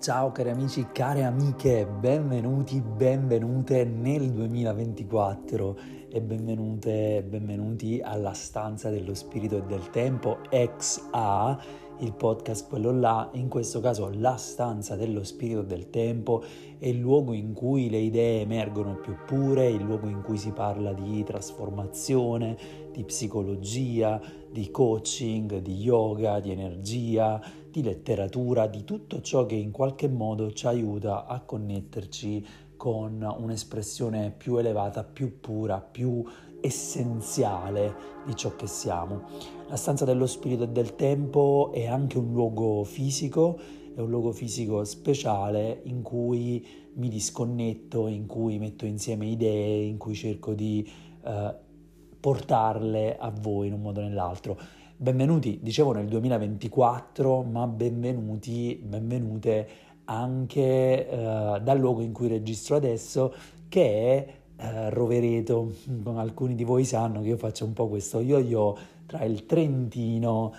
Ciao cari amici, care amiche, benvenuti, benvenute nel 2024 e benvenuti alla Stanza dello Spirito e del Tempo, XA, il podcast quello là, in questo caso la Stanza dello Spirito e del Tempo è il luogo in cui le idee emergono più pure, il luogo in cui si parla di trasformazione, di psicologia, di coaching, di yoga, di energia, di letteratura, di tutto ciò che in qualche modo ci aiuta a connetterci con un'espressione più elevata, più pura, più essenziale di ciò che siamo. La stanza dello spirito e del tempo è anche un luogo fisico, è un luogo fisico speciale in cui mi disconnetto, in cui metto insieme idee, in cui cerco di portarle a voi in un modo o nell'altro. Benvenuti, dicevo, nel 2024, ma benvenute anche dal luogo in cui registro adesso, che è Rovereto. Alcuni di voi sanno che io faccio un po' questo yo-yo tra il Trentino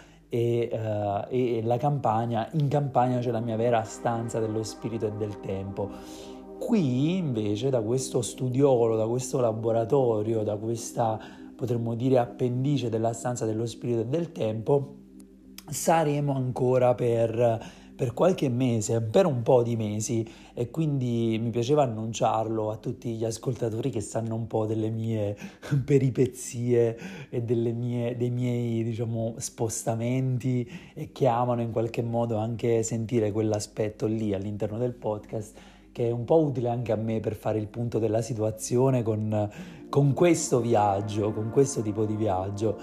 e la Campania. In Campania c'è la mia vera stanza dello spirito e del tempo. Qui invece, da questo studiolo, da questo laboratorio, da questa, potremmo dire, appendice della stanza dello spirito e del tempo, saremo ancora per qualche mese, per un po' di mesi, e quindi mi piaceva annunciarlo a tutti gli ascoltatori che sanno un po' delle mie peripezie e dei miei, diciamo, spostamenti e che amano in qualche modo anche sentire quell'aspetto lì all'interno del podcast, che è un po' utile anche a me per fare il punto della situazione con questo viaggio, con questo tipo di viaggio.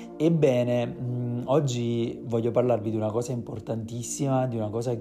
Ebbene, oggi voglio parlarvi di una cosa importantissima, di una cosa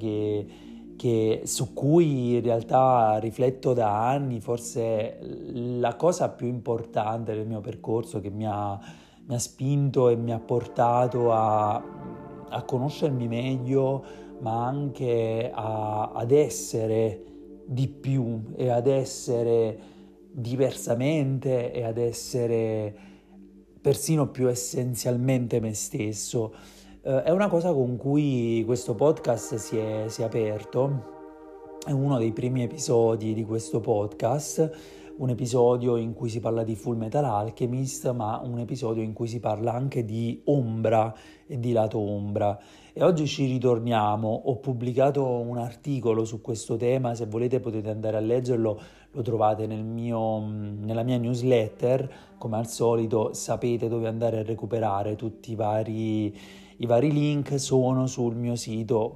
su cui in realtà rifletto da anni, forse la cosa più importante del mio percorso che mi ha spinto e mi ha portato a conoscermi meglio, ma anche ad essere di più e ad essere diversamente e ad essere persino più essenzialmente me stesso. È una cosa con cui questo podcast si è aperto. È uno dei primi episodi di questo podcast, un episodio in cui si parla di Full Metal Alchemist, ma un episodio in cui si parla anche di ombra e di lato ombra. E oggi ci ritorniamo. Ho pubblicato un articolo su questo tema, se volete potete andare a leggerlo, lo trovate nella mia newsletter. Come al solito sapete dove andare a recuperare tutti i vari link, sono sul mio sito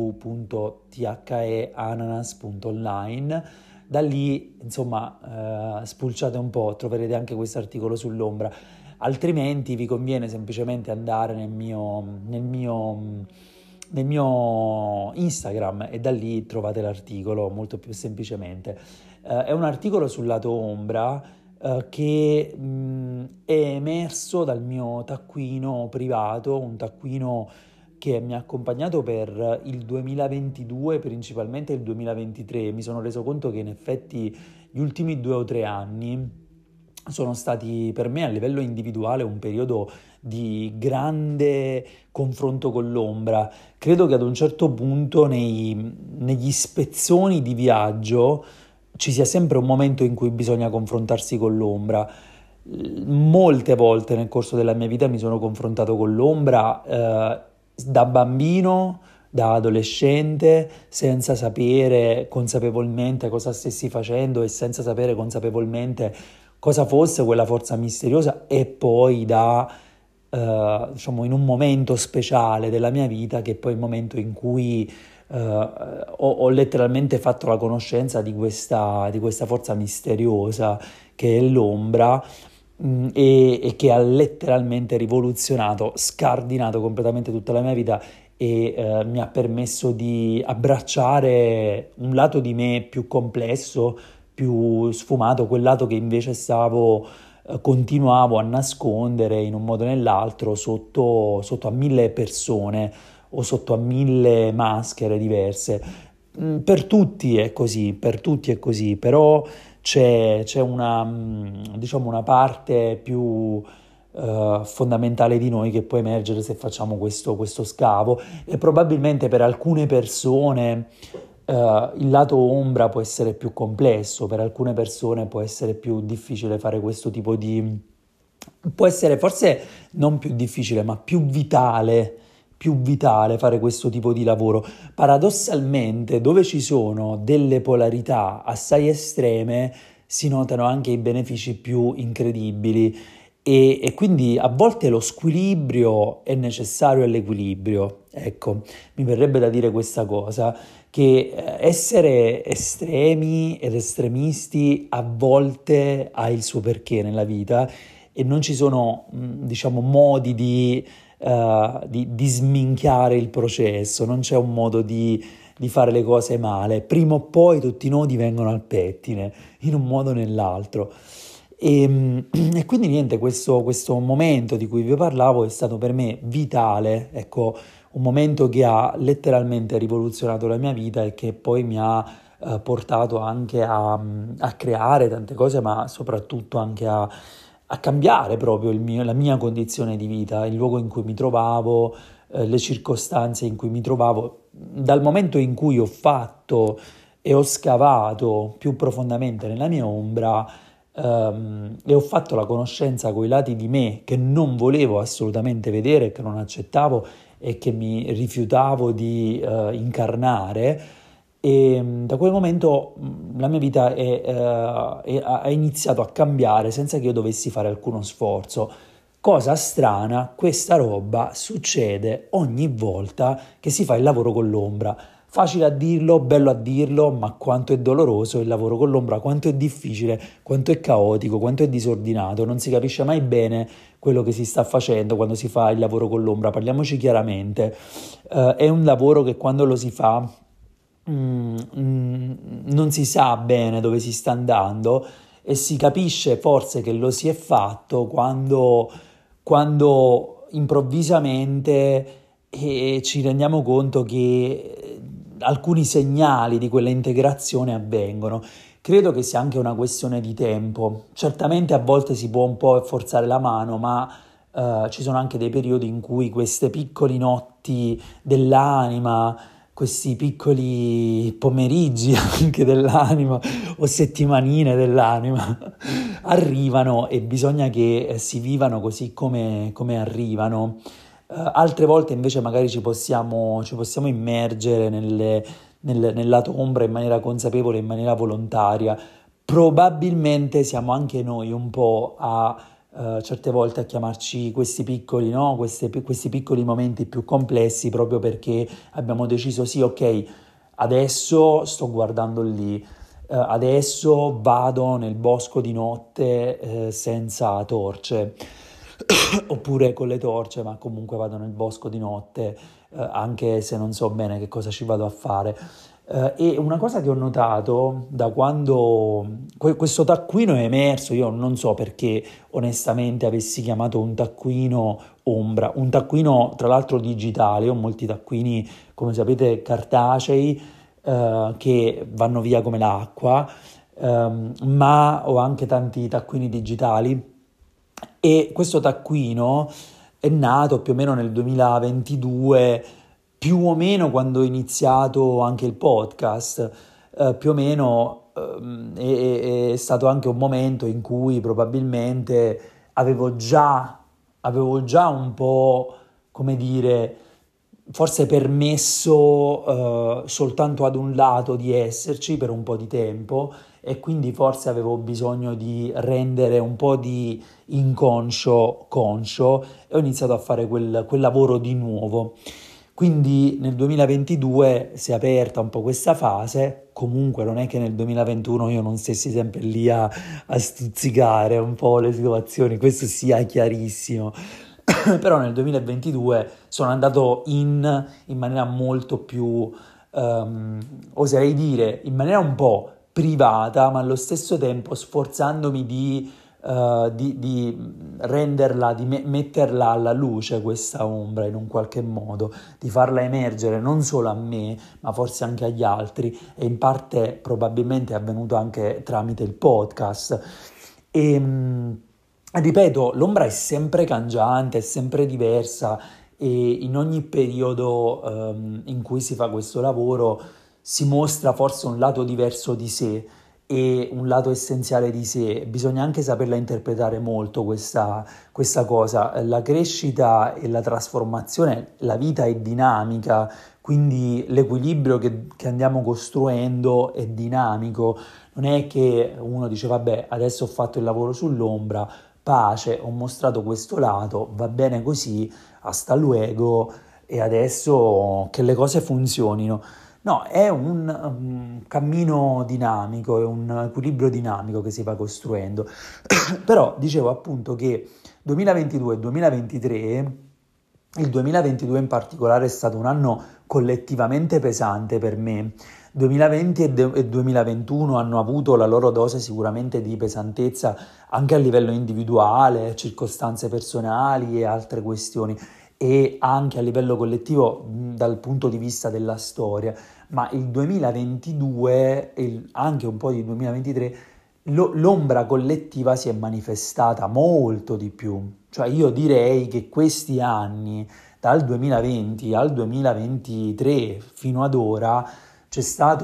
www.theananas.online. Da lì, insomma, spulciate un po', troverete anche questo articolo sull'ombra. Altrimenti vi conviene semplicemente andare nel mio Instagram e da lì trovate l'articolo molto più semplicemente. È un articolo sul lato ombra che è emerso dal mio taccuino privato, un taccuino che mi ha accompagnato per il 2022, principalmente il 2023. Mi sono reso conto che in effetti gli ultimi 2 o 3 anni sono stati per me a livello individuale un periodo di grande confronto con l'ombra. Credo che ad un certo punto negli spezzoni di viaggio ci sia sempre un momento in cui bisogna confrontarsi con l'ombra. Molte volte nel corso della mia vita mi sono confrontato con l'ombra da bambino, da adolescente, senza sapere consapevolmente cosa stessi facendo e senza sapere consapevolmente cosa fosse quella forza misteriosa, e poi diciamo, in un momento speciale della mia vita, che è poi il momento in cui ho letteralmente fatto la conoscenza di questa forza misteriosa che è l'ombra, e che ha letteralmente rivoluzionato, scardinato completamente tutta la mia vita e mi ha permesso di abbracciare un lato di me più complesso, più sfumato, quel lato che invece continuavo a nascondere in un modo o nell'altro sotto a 1000 persone o sotto a 1000 maschere diverse. Per tutti è così, però c'è una parte più fondamentale di noi che può emergere se facciamo questo scavo, e probabilmente per alcune persone il lato ombra può essere più complesso, per alcune persone può essere più difficile fare questo tipo di... può essere forse non più difficile, ma più vitale fare questo tipo di lavoro. Paradossalmente, dove ci sono delle polarità assai estreme, si notano anche i benefici più incredibili e quindi a volte lo squilibrio è necessario all'equilibrio. Ecco, mi verrebbe da dire questa cosa, che essere estremi ed estremisti a volte ha il suo perché nella vita e non ci sono, diciamo, modi di sminchiare il processo, non c'è un modo di fare le cose male. Prima o poi tutti i nodi vengono al pettine, in un modo o nell'altro. E quindi niente, questo momento di cui vi parlavo è stato per me vitale, ecco, un momento che ha letteralmente rivoluzionato la mia vita e che poi mi ha portato anche a creare tante cose, ma soprattutto anche a cambiare proprio la mia condizione di vita, il luogo in cui mi trovavo, le circostanze in cui mi trovavo. Dal momento in cui ho fatto e ho scavato più profondamente nella mia ombra, e ho fatto la conoscenza con i lati di me che non volevo assolutamente vedere, che non accettavo e che mi rifiutavo di incarnare. E da quel momento la mia vita ha iniziato a cambiare senza che io dovessi fare alcuno sforzo. Cosa strana, questa roba succede ogni volta che si fa il lavoro con l'ombra. Facile a dirlo, bello a dirlo, ma quanto è doloroso il lavoro con l'ombra, quanto è difficile, quanto è caotico, quanto è disordinato, non si capisce mai bene quello che si sta facendo quando si fa il lavoro con l'ombra. Parliamoci chiaramente, è un lavoro che quando lo si fa non si sa bene dove si sta andando e si capisce forse che lo si è fatto quando improvvisamente ci rendiamo conto che alcuni segnali di quella integrazione avvengono. Credo che sia anche una questione di tempo. Certamente a volte si può un po' forzare la mano, ma ci sono anche dei periodi in cui queste piccole notti dell'anima, questi piccoli pomeriggi anche dell'anima o settimanine dell'anima arrivano e bisogna che si vivano così come arrivano. Altre volte invece magari ci possiamo immergere nel lato ombra in maniera consapevole, in maniera volontaria. Probabilmente siamo anche noi un po' certe volte a chiamarci questi piccoli, no? Questi piccoli momenti più complessi proprio perché abbiamo deciso sì, ok, adesso sto guardando lì, adesso vado nel bosco di notte senza torce. Oppure con le torce, ma comunque vado nel bosco di notte, anche se non so bene che cosa ci vado a fare. E una cosa che ho notato da quando questo taccuino è emerso, io non so perché onestamente avessi chiamato un taccuino ombra, un taccuino tra l'altro digitale, io ho molti taccuini, come sapete, cartacei, che vanno via come l'acqua, ma ho anche tanti taccuini digitali e questo taccuino è nato più o meno nel 2022, più o meno quando ho iniziato anche il podcast, più o meno è stato anche un momento in cui probabilmente avevo già un po', come dire, forse permesso soltanto ad un lato di esserci per un po' di tempo e quindi forse avevo bisogno di rendere un po' di inconscio conscio e ho iniziato a fare quel lavoro di nuovo. Quindi nel 2022 si è aperta un po' questa fase, comunque non è che nel 2021 io non stessi sempre lì a stuzzicare un po' le situazioni, questo sia chiarissimo. Però nel 2022 sono andato in maniera molto più, oserei dire, in maniera un po' privata, ma allo stesso tempo sforzandomi di renderla, metterla alla luce questa ombra in un qualche modo, di farla emergere non solo a me, ma forse anche agli altri, e in parte probabilmente è avvenuto anche tramite il podcast. E ripeto, l'ombra è sempre cangiante, è sempre diversa e in ogni periodo in cui si fa questo lavoro si mostra forse un lato diverso di sé e un lato essenziale di sé. Bisogna anche saperla interpretare molto questa cosa. La crescita e la trasformazione, la vita è dinamica, quindi l'equilibrio che andiamo costruendo è dinamico. Non è che uno dice vabbè, adesso ho fatto il lavoro sull'ombra, pace, ho mostrato questo lato, va bene così, hasta luego, e adesso che le cose funzionino. No, è un cammino dinamico, è un equilibrio dinamico che si va costruendo. Però dicevo appunto che 2022 e 2023, il 2022 in particolare è stato un anno collettivamente pesante per me. 2020 e 2021 hanno avuto la loro dose sicuramente di pesantezza anche a livello individuale, circostanze personali e altre questioni, e anche a livello collettivo dal punto di vista della storia. Ma il 2022 e anche un po' di 2023 l'ombra collettiva si è manifestata molto di più. Cioè io direi che questi anni, dal 2020 al 2023 fino ad ora, c'è stato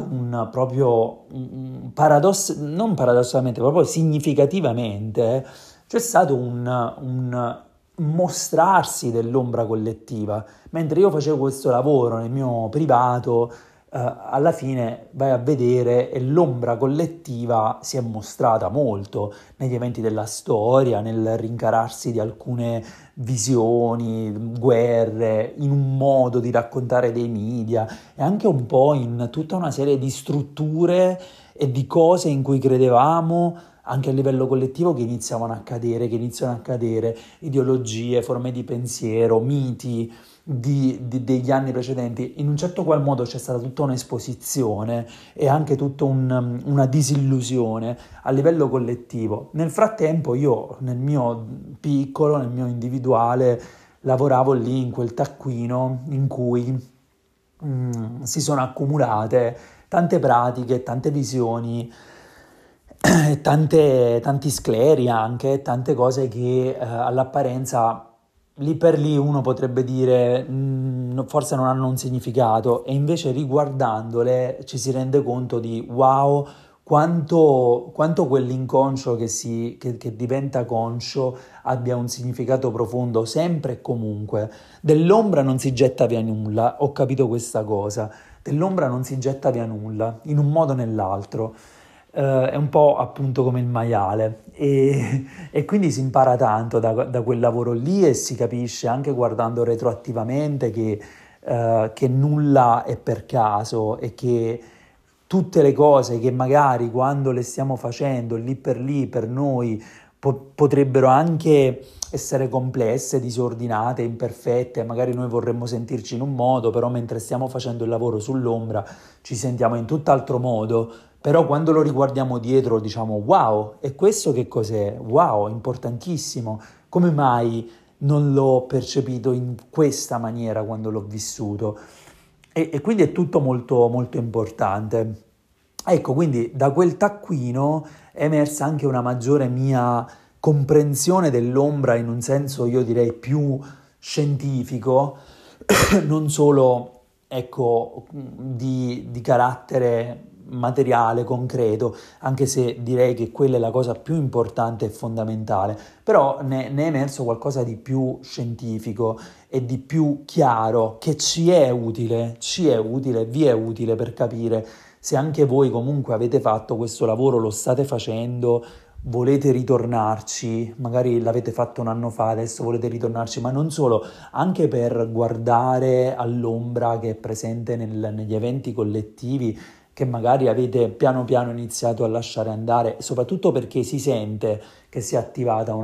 un paradosso, non paradossalmente, proprio significativamente, c'è stato un mostrarsi dell'ombra collettiva. Mentre io facevo questo lavoro nel mio privato, alla fine vai a vedere e l'ombra collettiva si è mostrata molto negli eventi della storia, nel rincararsi di alcune visioni, guerre, in un modo di raccontare dei media e anche un po' in tutta una serie di strutture e di cose in cui credevamo anche a livello collettivo che iniziano a cadere, ideologie, forme di pensiero, miti degli anni precedenti. In un certo qual modo c'è stata tutta un'esposizione e anche tutta una disillusione a livello collettivo. Nel frattempo io nel mio piccolo, nel mio individuale, lavoravo lì in quel taccuino in cui si sono accumulate tante pratiche, tante visioni, tanti scleri anche, tante cose che all'apparenza lì per lì uno potrebbe dire forse non hanno un significato, e invece riguardandole ci si rende conto di wow, quanto quell'inconscio che diventa conscio abbia un significato profondo sempre e comunque. Dell'ombra non si getta via nulla, ho capito questa cosa, dell'ombra non si getta via nulla, in un modo o nell'altro. È un po' appunto come il maiale e quindi si impara tanto da quel lavoro lì, e si capisce anche guardando retroattivamente che nulla è per caso e che tutte le cose che magari quando le stiamo facendo lì per noi potrebbero anche essere complesse, disordinate, imperfette, magari noi vorremmo sentirci in un modo, però mentre stiamo facendo il lavoro sull'ombra ci sentiamo in tutt'altro modo. Però quando lo riguardiamo dietro diciamo wow, e questo che cos'è? Wow, importantissimo. Come mai non l'ho percepito in questa maniera quando l'ho vissuto? E quindi è tutto molto, molto importante. Ecco, quindi da quel taccuino è emersa anche una maggiore mia comprensione dell'ombra in un senso, io direi, più scientifico, non solo, ecco, di carattere materiale, concreto, anche se direi che quella è la cosa più importante e fondamentale, però ne è emerso qualcosa di più scientifico e di più chiaro che vi è utile per capire se anche voi comunque avete fatto questo lavoro, lo state facendo, volete ritornarci, magari l'avete fatto un anno fa, adesso volete ritornarci, ma non solo, anche per guardare all'ombra che è presente negli eventi collettivi che magari avete piano piano iniziato a lasciare andare, soprattutto perché si sente che si è attivata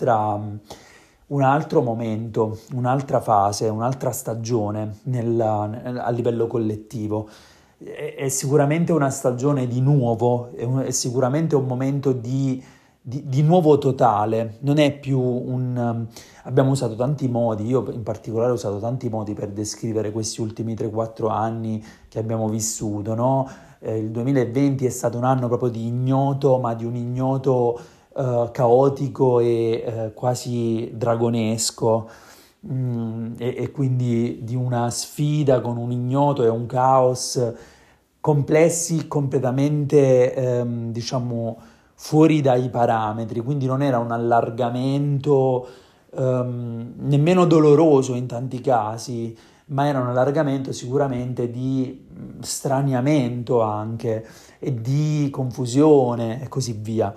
un altro momento, un'altra fase, un'altra stagione a livello collettivo. È sicuramente una stagione di nuovo, è sicuramente un momento di nuovo totale, non è più abbiamo usato tanti modi, io in particolare ho usato tanti modi per descrivere questi ultimi 3-4 anni che abbiamo vissuto, no? Il 2020 è stato un anno proprio di ignoto, ma di un ignoto caotico e quasi dragonesco. E quindi di una sfida con un ignoto e un caos complessi, completamente, diciamo, fuori dai parametri, quindi non era un allargamento nemmeno doloroso in tanti casi, ma era un allargamento sicuramente di straniamento anche e di confusione e così via.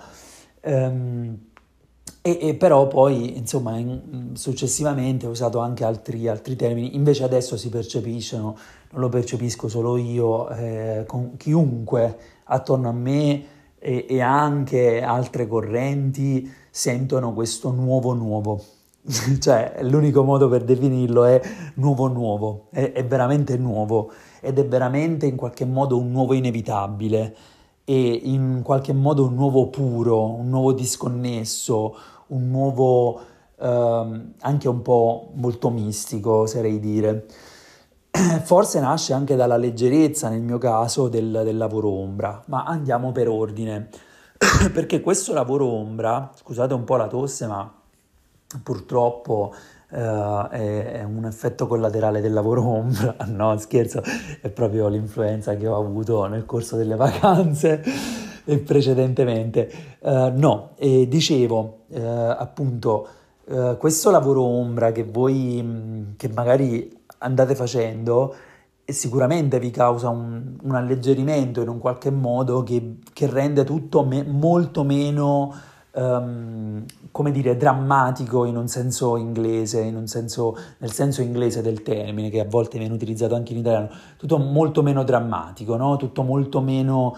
E però poi, insomma, successivamente ho usato anche altri termini, invece adesso si percepiscono, non lo percepisco solo io, con chiunque attorno a me e anche altre correnti sentono questo nuovo nuovo. Cioè, l'unico modo per definirlo è nuovo nuovo, è veramente nuovo ed è veramente in qualche modo un nuovo inevitabile e in qualche modo un nuovo puro, un nuovo disconnesso, un nuovo anche un po' molto mistico, oserei dire. Forse nasce anche dalla leggerezza, nel mio caso, del lavoro ombra, ma andiamo per ordine, perché questo lavoro ombra, scusate un po' la tosse, ma purtroppo è un effetto collaterale del lavoro ombra, no scherzo, è proprio l'influenza che ho avuto nel corso delle vacanze e precedentemente. No, e dicevo appunto questo lavoro ombra che voi che magari andate facendo sicuramente vi causa un alleggerimento in un qualche modo che rende tutto molto meno come dire, drammatico in un senso inglese, nel senso inglese del termine, che a volte viene utilizzato anche in italiano, tutto molto meno drammatico, no? Tutto molto meno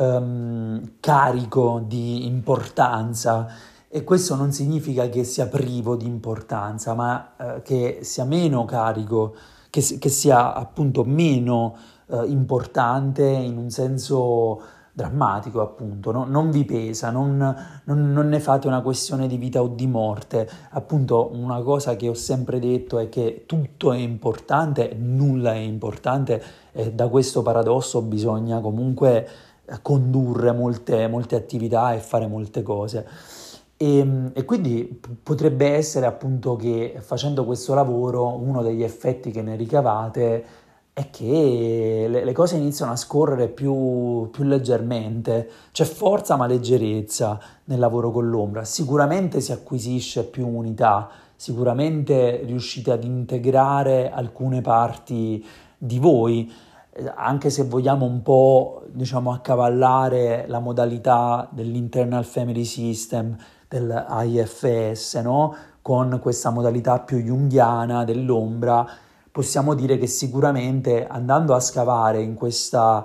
carico di importanza. E questo non significa che sia privo di importanza, ma che sia meno carico, che sia appunto meno importante in un senso drammatico, appunto, no? Non vi pesa, non ne fate una questione di vita o di morte. Appunto, una cosa che ho sempre detto è che tutto è importante, nulla è importante, e da questo paradosso bisogna comunque condurre molte attività e fare molte cose. E quindi potrebbe essere appunto che facendo questo lavoro uno degli effetti che ne ricavate è che le cose iniziano a scorrere più leggermente, c'è forza ma leggerezza nel lavoro con l'ombra, sicuramente si acquisisce più unità, sicuramente riuscite ad integrare alcune parti di voi, anche se vogliamo un po', diciamo, accavallare la modalità dell'Internal Family System, dell'IFS, no? Con questa modalità più junghiana dell'ombra, possiamo dire che sicuramente andando a scavare in questa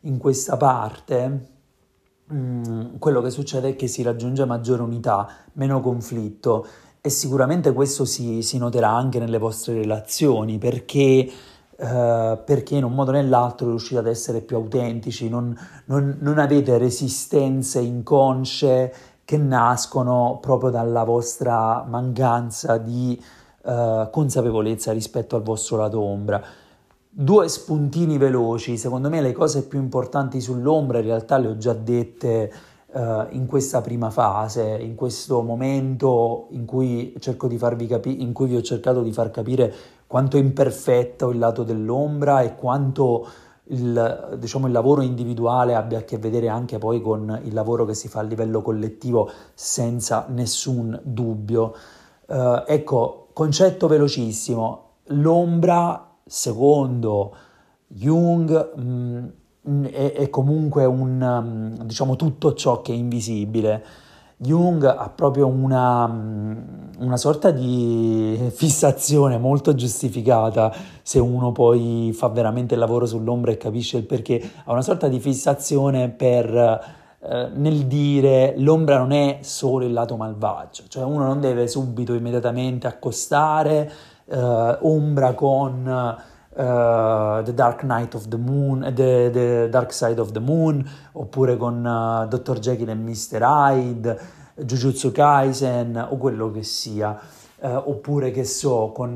parte, quello che succede è che si raggiunge maggiore unità, meno conflitto e sicuramente questo si noterà anche nelle vostre relazioni perché in un modo o nell'altro riuscite ad essere più autentici, non avete resistenze inconsce che nascono proprio dalla vostra mancanza di consapevolezza rispetto al vostro lato ombra. Due spuntini veloci, secondo me le cose più importanti sull'ombra in realtà le ho già dette in questa prima fase, in questo momento in cui cerco di farvi in cui vi ho cercato di far capire quanto è imperfetto il lato dell'ombra e quanto diciamo, il lavoro individuale abbia a che vedere anche poi con il lavoro che si fa a livello collettivo, senza nessun dubbio. Ecco, concetto velocissimo, l'ombra, secondo Jung, è comunque diciamo, tutto ciò che è invisibile. Jung ha proprio una sorta di fissazione molto giustificata, se uno poi fa veramente il lavoro sull'ombra e capisce il perché, ha una sorta di fissazione nel dire l'ombra non è solo il lato malvagio, cioè uno non deve subito, immediatamente accostare ombra con The Dark Night of the Moon, the Dark Side of the Moon, oppure con Dr. Jekyll e Mr. Hyde, Jujutsu Kaisen o quello che sia, oppure che so, con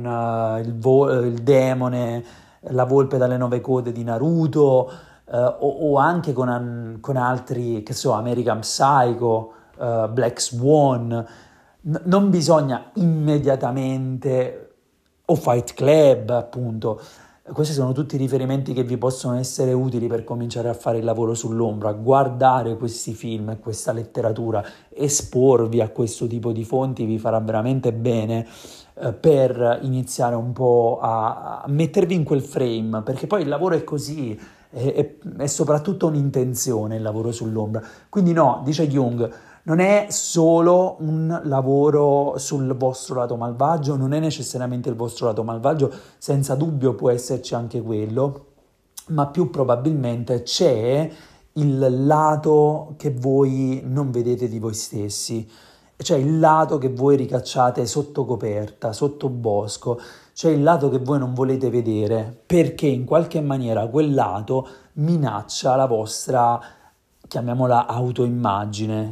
il demone, la volpe dalle 9 code di Naruto, o anche con altri, che so, American Psycho, Black Swan. Non bisogna immediatamente, o Fight Club appunto, Questi sono tutti riferimenti che vi possono essere utili per cominciare a fare il lavoro sull'ombra, guardare questi film e questa letteratura, esporvi a questo tipo di fonti vi farà veramente bene per iniziare un po' a mettervi in quel frame, perché poi il lavoro è così, è soprattutto un'intenzione il lavoro sull'ombra. Quindi no, dice Jung, non è solo un lavoro sul vostro lato malvagio, non è necessariamente il vostro lato malvagio, senza dubbio può esserci anche quello, ma più probabilmente c'è il lato che voi non vedete di voi stessi, cioè il lato che voi ricacciate sotto coperta, sotto bosco, cioè il lato che voi non volete vedere, perché in qualche maniera quel lato minaccia la vostra, chiamiamola autoimmagine,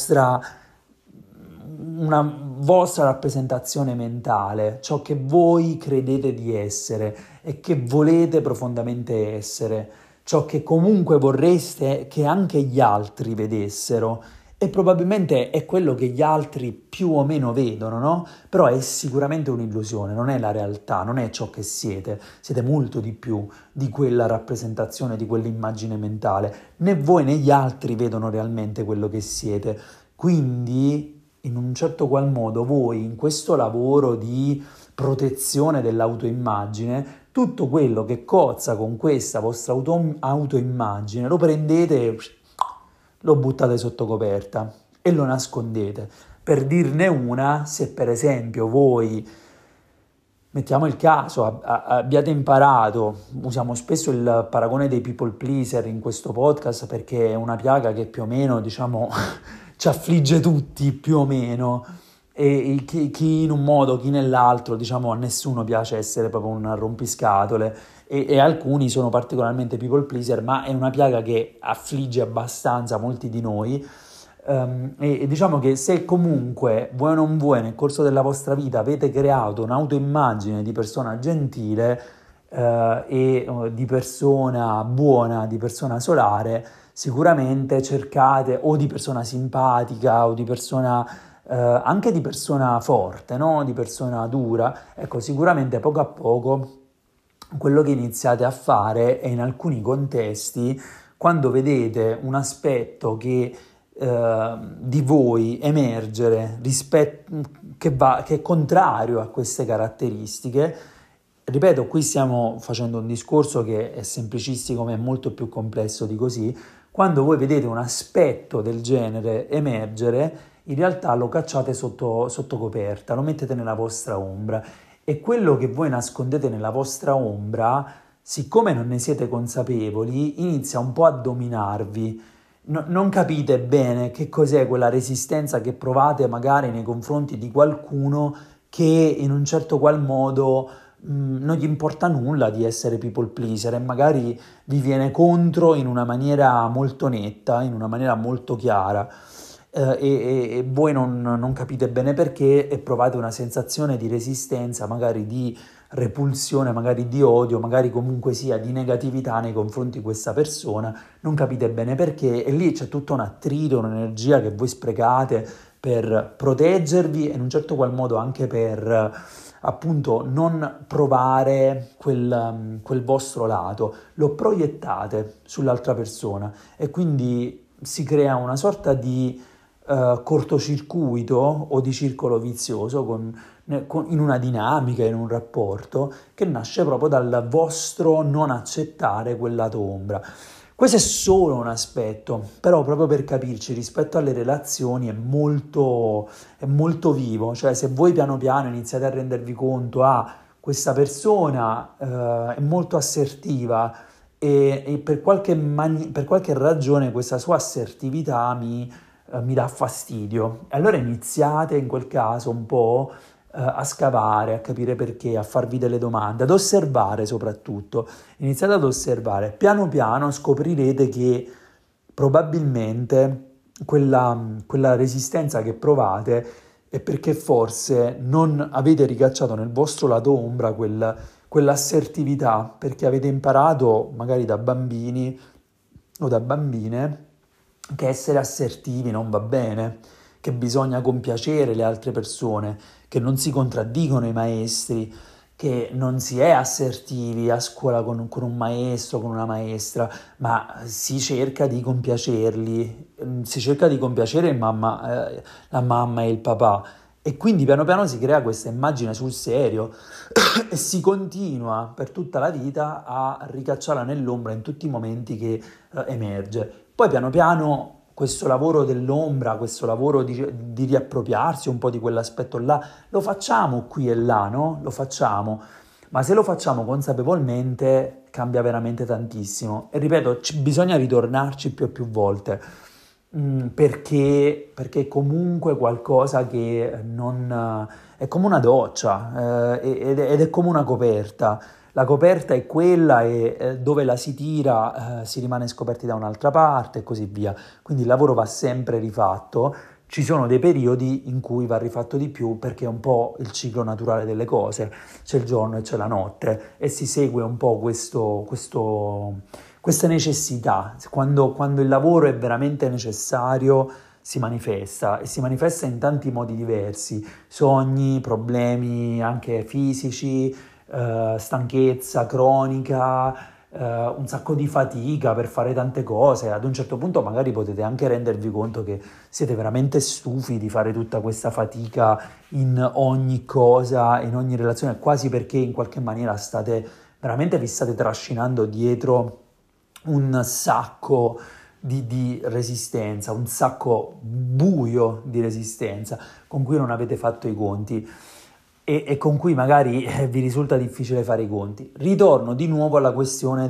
una vostra rappresentazione mentale, ciò che voi credete di essere e che volete profondamente essere, ciò che comunque vorreste che anche gli altri vedessero. E probabilmente è quello che gli altri più o meno vedono, no? Però è sicuramente un'illusione, non è la realtà, non è ciò che siete molto di più di quella rappresentazione, di quell'immagine mentale. Né voi né gli altri vedono realmente quello che siete. Quindi, in un certo qual modo, voi in questo lavoro di protezione dell'autoimmagine, tutto quello che cozza con questa vostra autoimmagine lo prendete, lo buttate sotto coperta e lo nascondete. Per dirne una, se per esempio voi, mettiamo il caso, abbiate imparato, usiamo spesso il paragone dei people pleaser in questo podcast perché è una piaga che più o meno, diciamo, ci affligge tutti, più o meno, e chi in un modo, chi nell'altro, diciamo, a nessuno piace essere proprio un rompiscatole, e alcuni sono particolarmente people pleaser, ma è una piaga che affligge abbastanza molti di noi. E diciamo che se comunque voi o non voi nel corso della vostra vita avete creato un'autoimmagine di persona gentile di persona buona, di persona solare, sicuramente cercate, o di persona simpatica o di persona anche di persona forte, no? Di persona dura, ecco, sicuramente poco a poco quello che iniziate a fare è in alcuni contesti, quando vedete un aspetto che di voi emergere che è contrario a queste caratteristiche, ripeto, qui stiamo facendo un discorso che è semplicistico ma è molto più complesso di così, quando voi vedete un aspetto del genere emergere, in realtà lo cacciate sotto coperta, lo mettete nella vostra ombra, e quello che voi nascondete nella vostra ombra, siccome non ne siete consapevoli, inizia un po' a dominarvi. Non capite bene che cos'è quella resistenza che provate magari nei confronti di qualcuno che in un certo qual modo non gli importa nulla di essere people pleaser e magari vi viene contro in una maniera molto netta, in una maniera molto chiara. E voi non capite bene perché e provate una sensazione di resistenza, magari di repulsione, magari di odio, magari comunque sia di negatività nei confronti di questa persona, non capite bene perché, e lì c'è tutto un attrito, un'energia che voi sprecate per proteggervi e in un certo qual modo anche per appunto non provare quel vostro lato, lo proiettate sull'altra persona e quindi si crea una sorta di cortocircuito o di circolo vizioso in una dinamica, in un rapporto che nasce proprio dal vostro non accettare quel lato ombra. Questo è solo un aspetto, però proprio per capirci, rispetto alle relazioni è molto vivo, cioè se voi piano piano iniziate a rendervi conto, questa persona è molto assertiva e per qualche ragione questa sua assertività mi dà fastidio. Allora iniziate in quel caso un po' a scavare, a capire perché, a farvi delle domande, ad osservare soprattutto. Iniziate ad osservare. Piano piano scoprirete che probabilmente quella resistenza che provate è perché forse non avete ricacciato nel vostro lato ombra quell'assertività, perché avete imparato magari da bambini o da bambine che essere assertivi non va bene, che bisogna compiacere le altre persone, che non si contraddicono i maestri, che non si è assertivi a scuola con un maestro, con una maestra, ma si cerca di compiacerli, si cerca di compiacere la mamma e il papà. E quindi piano piano si crea questa immagine sul serio e si continua per tutta la vita a ricacciarla nell'ombra in tutti i momenti che emerge. Poi piano piano questo lavoro dell'ombra, questo lavoro di riappropriarsi un po' di quell'aspetto là, lo facciamo qui e là, no? Lo facciamo, ma se lo facciamo consapevolmente cambia veramente tantissimo. E ripeto, bisogna ritornarci più e più volte, perché è comunque qualcosa che non... è come una doccia, ed è come una coperta. La coperta è quella e dove la si tira si rimane scoperti da un'altra parte e così via. Quindi il lavoro va sempre rifatto. Ci sono dei periodi in cui va rifatto di più perché è un po' il ciclo naturale delle cose. C'è il giorno e c'è la notte e si segue un po' questa necessità. Quando il lavoro è veramente necessario si manifesta e si manifesta in tanti modi diversi. Sogni, problemi anche fisici, stanchezza cronica, un sacco di fatica per fare tante cose. Ad un certo punto magari potete anche rendervi conto che siete veramente stufi di fare tutta questa fatica in ogni cosa, in ogni relazione, quasi perché in qualche maniera vi state trascinando dietro un sacco di resistenza, un sacco buio di resistenza con cui non avete fatto i conti. E con cui magari vi risulta difficile fare i conti. Ritorno di nuovo alla questione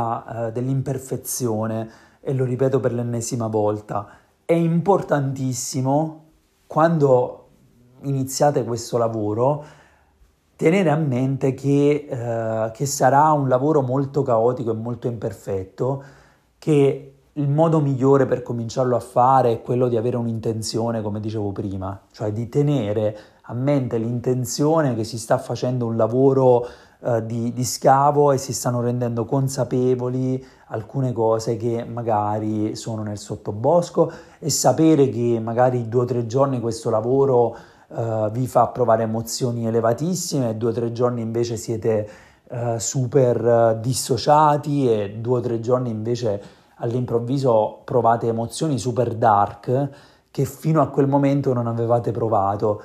dell'imperfezione e lo ripeto per l'ennesima volta. È importantissimo, quando iniziate questo lavoro, tenere a mente che sarà un lavoro molto caotico e molto imperfetto, che il modo migliore per cominciarlo a fare è quello di avere un'intenzione, come dicevo prima, cioè di tenere a mente l'intenzione che si sta facendo un lavoro di scavo e si stanno rendendo consapevoli alcune cose che magari sono nel sottobosco, e sapere che magari 2 o 3 giorni questo lavoro vi fa provare emozioni elevatissime e 2 o 3 giorni invece siete super dissociati e 2 o 3 giorni invece all'improvviso provate emozioni super dark che fino a quel momento non avevate provato.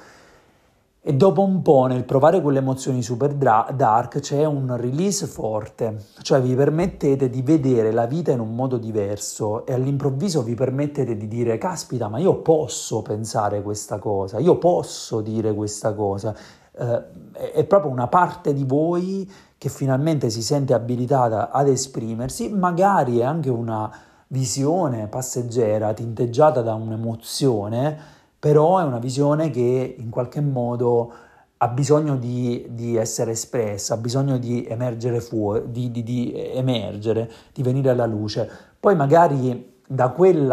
E dopo un po', nel provare quelle emozioni super dark, c'è un release forte, cioè vi permettete di vedere la vita in un modo diverso e all'improvviso vi permettete di dire: caspita, ma io posso pensare questa cosa, io posso dire questa cosa. È proprio una parte di voi che finalmente si sente abilitata ad esprimersi, magari è anche una visione passeggera, tinteggiata da un'emozione, però è una visione che in qualche modo ha bisogno di essere espressa, ha bisogno di emergere fuori, di emergere, di venire alla luce. Poi magari da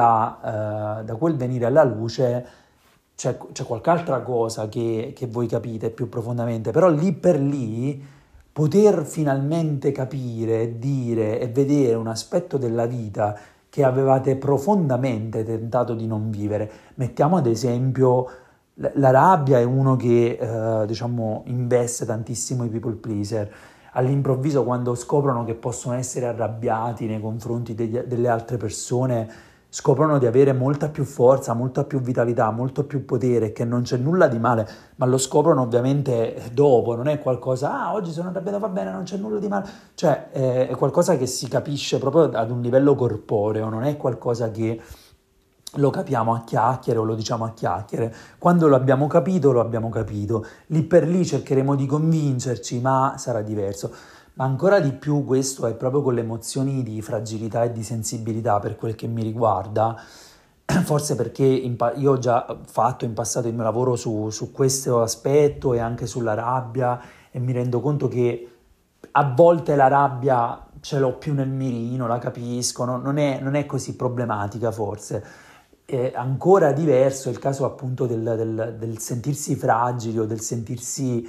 quel venire alla luce c'è qualche altra cosa che voi capite più profondamente, però lì per lì poter finalmente capire, dire e vedere un aspetto della vita che avevate profondamente tentato di non vivere. Mettiamo ad esempio la rabbia, è uno che investe tantissimo i people pleaser. All'improvviso, quando scoprono che possono essere arrabbiati nei confronti delle altre persone, scoprono di avere molta più forza, molta più vitalità, molto più potere, che non c'è nulla di male, ma lo scoprono ovviamente dopo, non è qualcosa, oggi sono arrabbiato, va bene, non c'è nulla di male, cioè è qualcosa che si capisce proprio ad un livello corporeo, non è qualcosa che lo capiamo a chiacchiere o lo diciamo a chiacchiere. Quando lo abbiamo capito, lì per lì cercheremo di convincerci, ma sarà diverso. Ma ancora di più questo è proprio con le emozioni di fragilità e di sensibilità, per quel che mi riguarda, forse perché io ho già fatto in passato il mio lavoro su questo aspetto e anche sulla rabbia, e mi rendo conto che a volte la rabbia ce l'ho più nel mirino, la capisco, non è così problematica forse. È ancora diverso il caso appunto del sentirsi fragili o del sentirsi,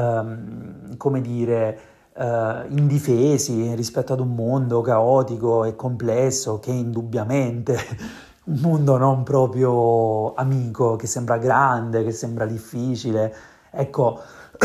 come dire, indifesi rispetto ad un mondo caotico e complesso, che è indubbiamente un mondo non proprio amico, che sembra grande, che sembra difficile, Ecco,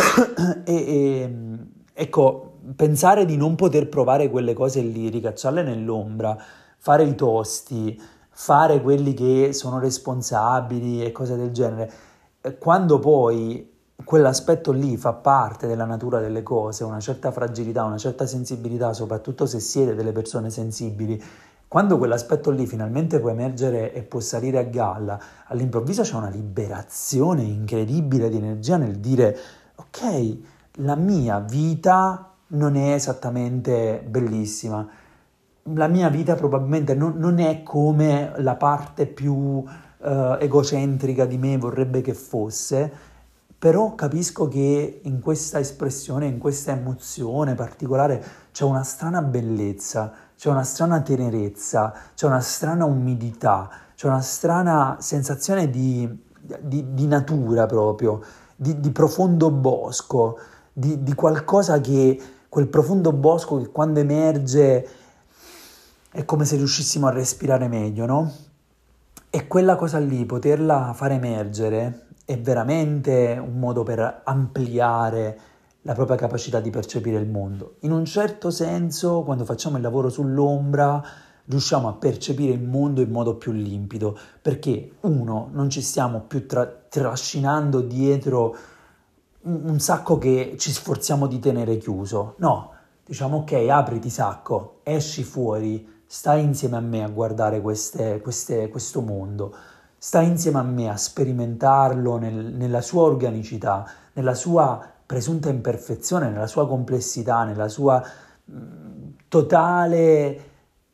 ecco, pensare di non poter provare quelle cose lì, ricacciarle nell'ombra, fare i tosti, fare quelli che sono responsabili e cose del genere, quando poi quell'aspetto lì fa parte della natura delle cose, una certa fragilità, una certa sensibilità, soprattutto se siete delle persone sensibili, quando quell'aspetto lì finalmente può emergere e può salire a galla, all'improvviso c'è una liberazione incredibile di energia nel dire ok, la mia vita non è esattamente bellissima, la mia vita probabilmente non è come la parte più egocentrica di me vorrebbe che fosse, però capisco che in questa espressione, in questa emozione particolare c'è una strana bellezza, c'è una strana tenerezza, c'è una strana umidità, c'è una strana sensazione di natura proprio, di profondo bosco, di qualcosa che, quel profondo bosco che quando emerge è come se riuscissimo a respirare meglio, no? E quella cosa lì, poterla far emergere, è veramente un modo per ampliare la propria capacità di percepire il mondo. In un certo senso, quando facciamo il lavoro sull'ombra, riusciamo a percepire il mondo in modo più limpido, perché uno, non ci stiamo più trascinando dietro un sacco che ci sforziamo di tenere chiuso. No, diciamo ok, apriti sacco, esci fuori, stai insieme a me a guardare questo mondo, stai insieme a me a sperimentarlo nella sua organicità, nella sua presunta imperfezione, nella sua complessità, nella sua totale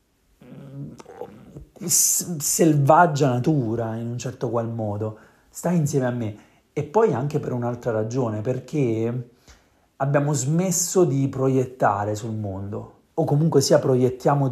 selvaggia natura in un certo qual modo. Stai insieme a me. E poi anche per un'altra ragione, perché abbiamo smesso di proiettare sul mondo, o comunque sia proiettiamo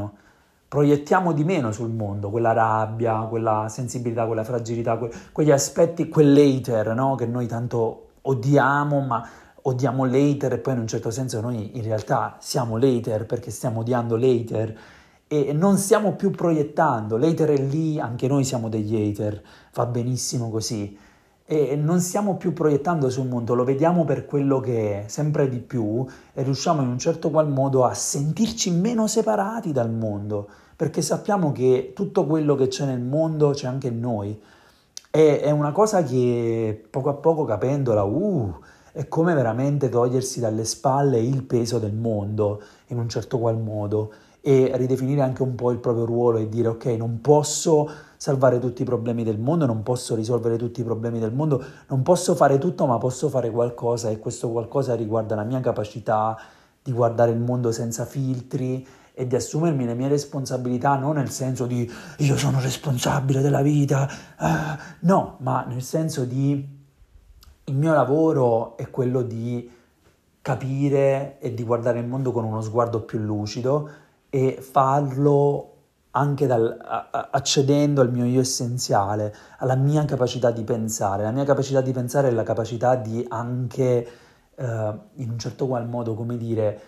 di meno sul mondo, quella rabbia, quella sensibilità, quella fragilità, quegli aspetti, quell'hater, no? Che noi tanto odiamo, ma odiamo l'hater e poi in un certo senso noi in realtà siamo l'hater perché stiamo odiando l'hater e non stiamo più proiettando, l'hater è lì, anche noi siamo degli hater, va benissimo così. E non stiamo più proiettando sul mondo, lo vediamo per quello che è, sempre di più, e riusciamo in un certo qual modo a sentirci meno separati dal mondo, perché sappiamo che tutto quello che c'è nel mondo c'è anche in noi. È una cosa che poco a poco capendola, è come veramente togliersi dalle spalle il peso del mondo, in un certo qual modo, e ridefinire anche un po' il proprio ruolo e dire ok, non posso salvare tutti i problemi del mondo, non posso risolvere tutti i problemi del mondo, non posso fare tutto, ma posso fare qualcosa e questo qualcosa riguarda la mia capacità di guardare il mondo senza filtri e di assumermi le mie responsabilità, non nel senso di io sono responsabile della vita, no, ma nel senso di il mio lavoro è quello di capire e di guardare il mondo con uno sguardo più lucido e farlo anche accedendo al mio io essenziale, alla mia capacità di pensare. La mia capacità di pensare è la capacità di anche, in un certo qual modo, come dire,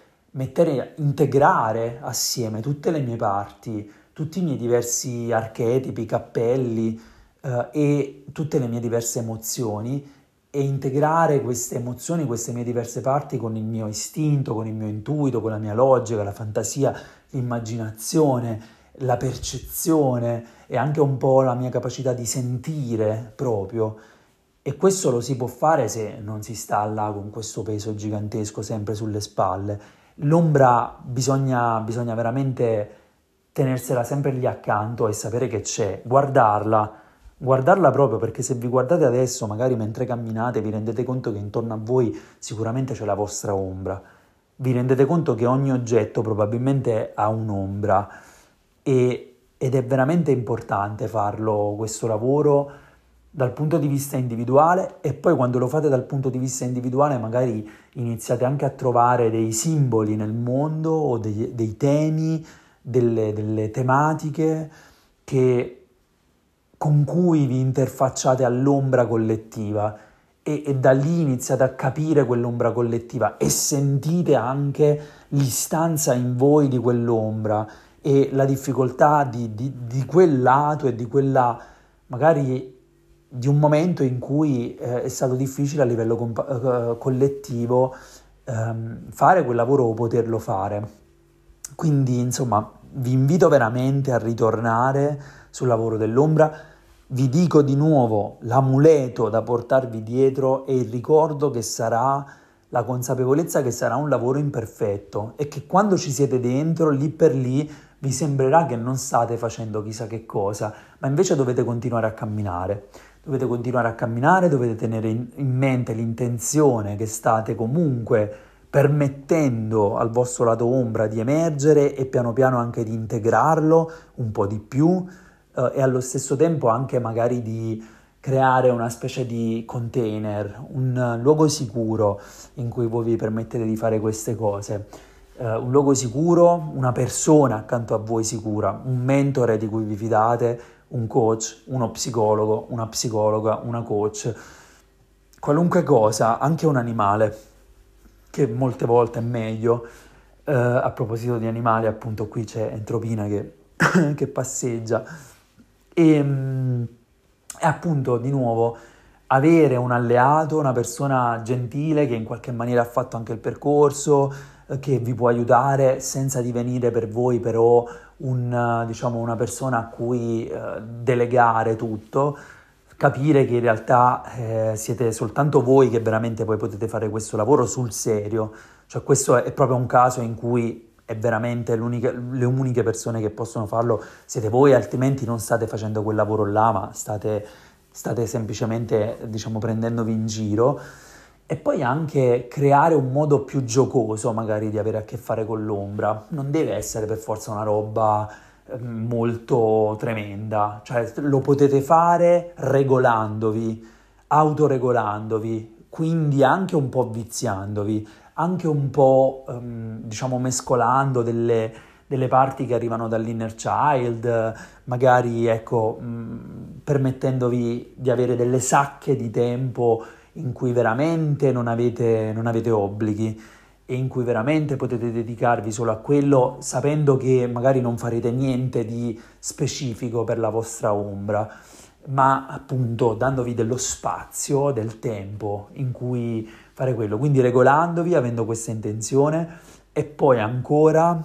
integrare assieme tutte le mie parti, tutti i miei diversi archetipi, cappelli, e tutte le mie diverse emozioni e integrare queste emozioni, queste mie diverse parti con il mio istinto, con il mio intuito, con la mia logica, la fantasia, l'immaginazione, la percezione e anche un po' la mia capacità di sentire proprio. E questo lo si può fare se non si sta là con questo peso gigantesco sempre sulle spalle. L'ombra bisogna veramente tenersela sempre lì accanto e sapere che c'è, guardarla proprio perché se vi guardate adesso, magari mentre camminate, vi rendete conto che intorno a voi sicuramente c'è la vostra ombra. Vi rendete conto che ogni oggetto probabilmente ha un'ombra ed è veramente importante farlo questo lavoro dal punto di vista individuale e poi quando lo fate dal punto di vista individuale magari iniziate anche a trovare dei simboli nel mondo o dei temi, delle tematiche con cui vi interfacciate all'ombra collettiva e da lì iniziate a capire quell'ombra collettiva e sentite anche l'istanza in voi di quell'ombra e la difficoltà di quel lato e di quella magari di un momento in cui è stato difficile a livello collettivo fare quel lavoro o poterlo fare. Quindi, insomma, vi invito veramente a ritornare sul lavoro dell'ombra. Vi dico di nuovo, l'amuleto da portarvi dietro è il ricordo che sarà la consapevolezza che sarà un lavoro imperfetto e che quando ci siete dentro, lì per lì, vi sembrerà che non state facendo chissà che cosa, ma invece dovete continuare a camminare. Dovete continuare a camminare, dovete tenere in mente l'intenzione che state comunque permettendo al vostro lato ombra di emergere e piano piano anche di integrarlo un po' di più e allo stesso tempo anche magari di creare una specie di container, un luogo sicuro in cui voi vi permettete di fare queste cose. Un luogo sicuro, una persona accanto a voi sicura, un mentore di cui vi fidate, un coach, uno psicologo, una psicologa, una coach, qualunque cosa, anche un animale, che molte volte è meglio. A proposito di animali, appunto qui c'è Entropina che passeggia e appunto di nuovo avere un alleato, una persona gentile che in qualche maniera ha fatto anche il percorso, che vi può aiutare senza divenire per voi però una persona a cui delegare tutto, capire che in realtà siete soltanto voi che veramente poi potete fare questo lavoro sul serio, cioè questo è proprio un caso in cui è veramente le uniche persone che possono farlo siete voi, altrimenti non state facendo quel lavoro là, ma state semplicemente, prendendovi in giro. E poi anche creare un modo più giocoso magari di avere a che fare con l'ombra. Non deve essere per forza una roba molto tremenda, cioè lo potete fare regolandovi, autoregolandovi, quindi anche un po' viziandovi, anche un po' mescolando delle parti che arrivano dall'inner child, magari ecco permettendovi di avere delle sacche di tempo in cui veramente non avete obblighi e in cui veramente potete dedicarvi solo a quello, sapendo che magari non farete niente di specifico per la vostra ombra, ma appunto dandovi dello spazio, del tempo in cui fare quello, quindi regolandovi, avendo questa intenzione e poi ancora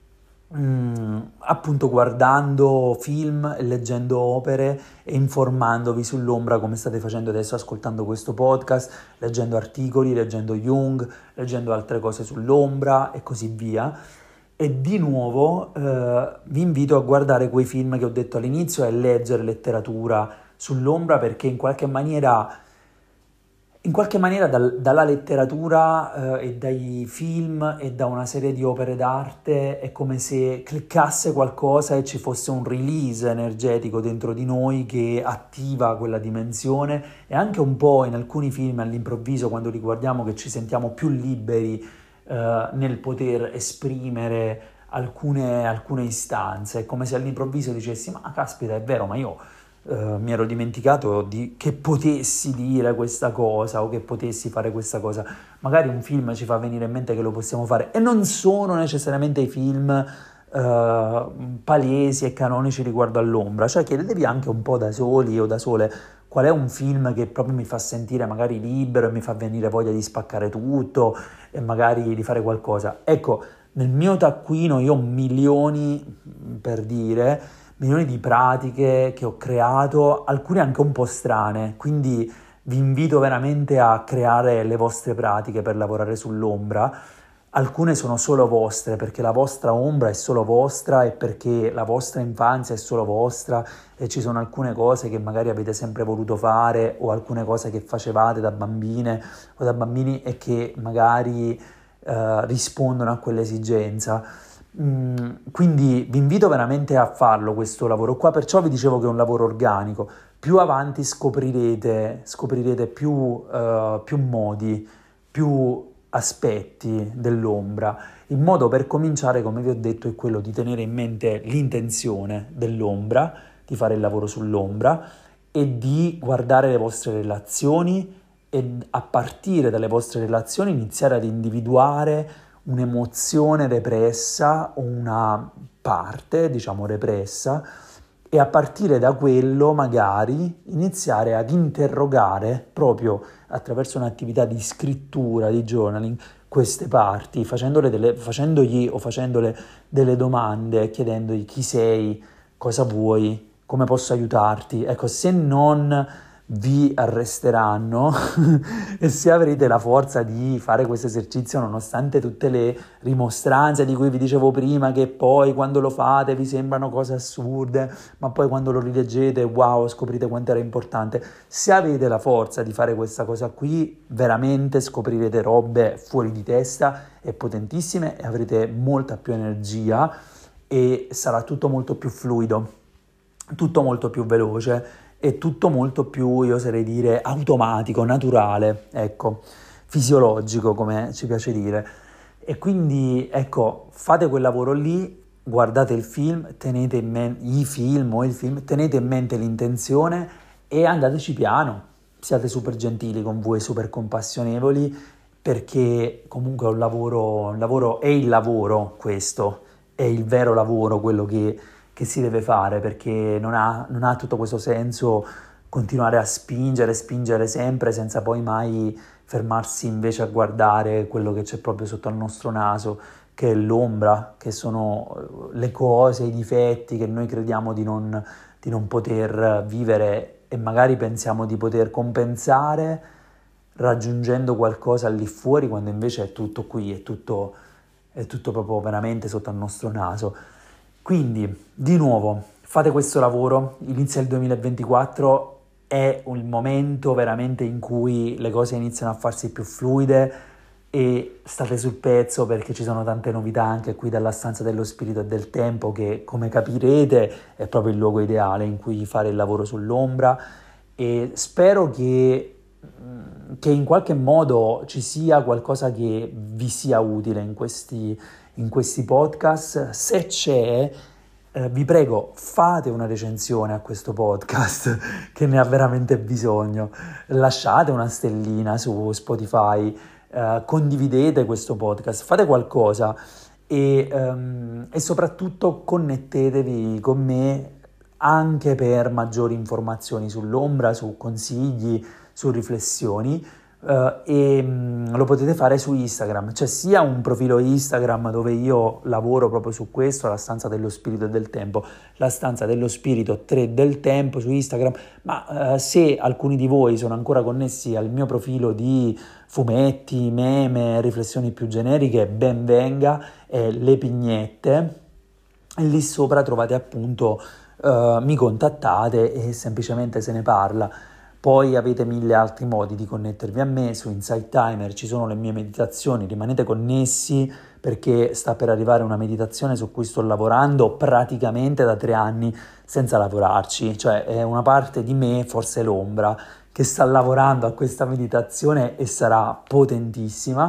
appunto guardando film, leggendo opere e informandovi sull'ombra come state facendo adesso ascoltando questo podcast, leggendo articoli, leggendo Jung, leggendo altre cose sull'ombra e così via. E di nuovo vi invito a guardare quei film che ho detto all'inizio e a leggere letteratura sull'ombra, perché in qualche maniera dalla letteratura e dai film e da una serie di opere d'arte è come se cliccasse qualcosa e ci fosse un release energetico dentro di noi che attiva quella dimensione, e anche un po' in alcuni film all'improvviso, quando li guardiamo, che ci sentiamo più liberi nel poter esprimere alcune istanze. È come se all'improvviso dicessi: ma caspita, è vero, ma io mi ero dimenticato che potessi dire questa cosa o che potessi fare questa cosa. Magari un film ci fa venire in mente che lo possiamo fare, e non sono necessariamente i film palesi e canonici riguardo all'ombra, cioè chiedetevi anche un po' da soli o da sole qual è un film che proprio mi fa sentire magari libero e mi fa venire voglia di spaccare tutto e magari di fare qualcosa. Ecco, nel mio taccuino io ho milioni di pratiche che ho creato, alcune anche un po' strane, quindi vi invito veramente a creare le vostre pratiche per lavorare sull'ombra. Alcune sono solo vostre, perché la vostra ombra è solo vostra e perché la vostra infanzia è solo vostra, e ci sono alcune cose che magari avete sempre voluto fare o alcune cose che facevate da bambine o da bambini e che magari rispondono a quell'esigenza. Quindi vi invito veramente a farlo questo lavoro qua, perciò vi dicevo che è un lavoro organico. Più avanti scoprirete più modi, più aspetti dell'ombra. Il modo per cominciare, come vi ho detto, è quello di tenere in mente l'intenzione dell'ombra, di fare il lavoro sull'ombra e di guardare le vostre relazioni e a partire dalle vostre relazioni iniziare ad individuare un'emozione repressa o una parte, repressa, e a partire da quello magari iniziare ad interrogare proprio attraverso un'attività di scrittura, di journaling, queste parti, facendogli o facendole delle domande, chiedendogli chi sei, cosa vuoi, come posso aiutarti. Ecco, se non vi arresteranno e se avrete la forza di fare questo esercizio nonostante tutte le rimostranze di cui vi dicevo prima, che poi quando lo fate vi sembrano cose assurde, ma poi quando lo rileggete, wow, scoprite quanto era importante. Se avete la forza di fare questa cosa qui, veramente scoprirete robe fuori di testa e potentissime e avrete molta più energia e sarà tutto molto più fluido, tutto molto più veloce e tutto molto più, io oserei dire, automatico, naturale, ecco, fisiologico, come ci piace dire. E quindi, ecco, fate quel lavoro lì, guardate il film, tenete in mente tenete in mente l'intenzione e andateci piano. Siate super gentili con voi, super compassionevoli, perché comunque è un lavoro è il lavoro questo, è il vero lavoro, quello che si deve fare, perché non ha tutto questo senso continuare a spingere sempre senza poi mai fermarsi invece a guardare quello che c'è proprio sotto al nostro naso, che è l'ombra, che sono le cose, i difetti che noi crediamo di non poter vivere e magari pensiamo di poter compensare raggiungendo qualcosa lì fuori, quando invece è tutto qui, è tutto proprio veramente sotto al nostro naso. Quindi, di nuovo, fate questo lavoro, inizia il 2024, è un momento veramente in cui le cose iniziano a farsi più fluide e state sul pezzo perché ci sono tante novità anche qui dalla stanza dello spirito e del tempo che, come capirete, è proprio il luogo ideale in cui fare il lavoro sull'ombra e spero che in qualche modo ci sia qualcosa che vi sia utile in questi podcast. Se c'è, vi prego, fate una recensione a questo podcast che ne ha veramente bisogno. Lasciate una stellina su Spotify, condividete questo podcast, fate qualcosa e soprattutto connettetevi con me anche per maggiori informazioni sull'ombra, su consigli, su riflessioni. Lo potete fare su Instagram, c'è sia un profilo Instagram dove io lavoro proprio su questo, la stanza dello spirito e del tempo, la stanza dello spirito 3 del tempo su Instagram, ma se alcuni di voi sono ancora connessi al mio profilo di fumetti, meme, riflessioni più generiche, ben venga, le pignette, e lì sopra trovate appunto, mi contattate e semplicemente se ne parla. Poi avete 1000 altri modi di connettervi a me, su Insight Timer ci sono le mie meditazioni, rimanete connessi perché sta per arrivare una meditazione su cui sto lavorando praticamente da 3 anni senza lavorarci, cioè è una parte di me, forse l'ombra, che sta lavorando a questa meditazione e sarà potentissima.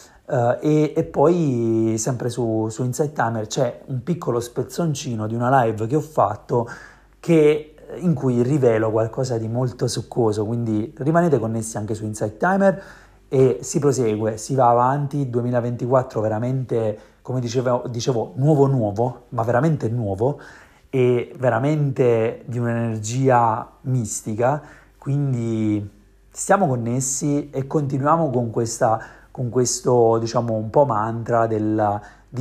E poi sempre su Insight Timer c'è un piccolo spezzoncino di una live che ho fatto in cui rivelo qualcosa di molto succoso, quindi rimanete connessi anche su Insight Timer e si prosegue, si va avanti. 2024 veramente, come dicevo nuovo, ma veramente nuovo e veramente di un'energia mistica, quindi stiamo connessi e continuiamo con questo, diciamo, un po' mantra della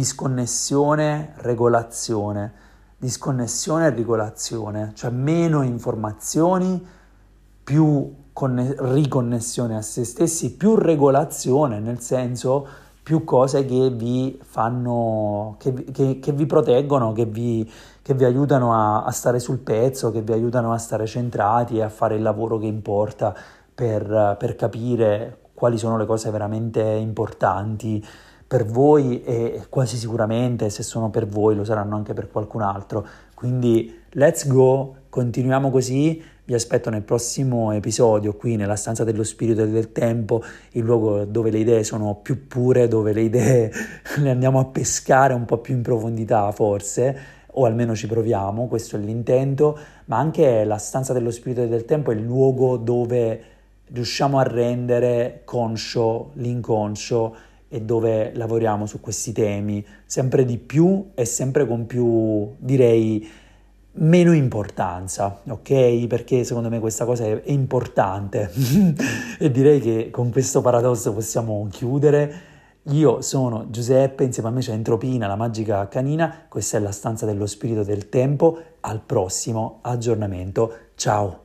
disconnessione e regolazione, cioè meno informazioni, più riconnessione a se stessi, più regolazione, nel senso più cose che vi fanno, che vi proteggono, che vi aiutano a stare sul pezzo, che vi aiutano a stare centrati e a fare il lavoro che importa per capire quali sono le cose veramente importanti per voi e quasi sicuramente se sono per voi lo saranno anche per qualcun altro. Quindi let's go, continuiamo così, vi aspetto nel prossimo episodio qui nella stanza dello spirito e del tempo, il luogo dove le idee sono più pure, dove le idee le andiamo a pescare un po' più in profondità forse, o almeno ci proviamo, questo è l'intento, ma anche la stanza dello spirito e del tempo è il luogo dove riusciamo a rendere conscio l'inconscio e dove lavoriamo su questi temi sempre di più e sempre con più, direi, meno importanza, ok? Perché secondo me questa cosa è importante e direi che con questo paradosso possiamo chiudere. Io sono Giuseppe, insieme a me c'è Entropina, la magica canina, questa è la stanza dello spirito del tempo, al prossimo aggiornamento, ciao!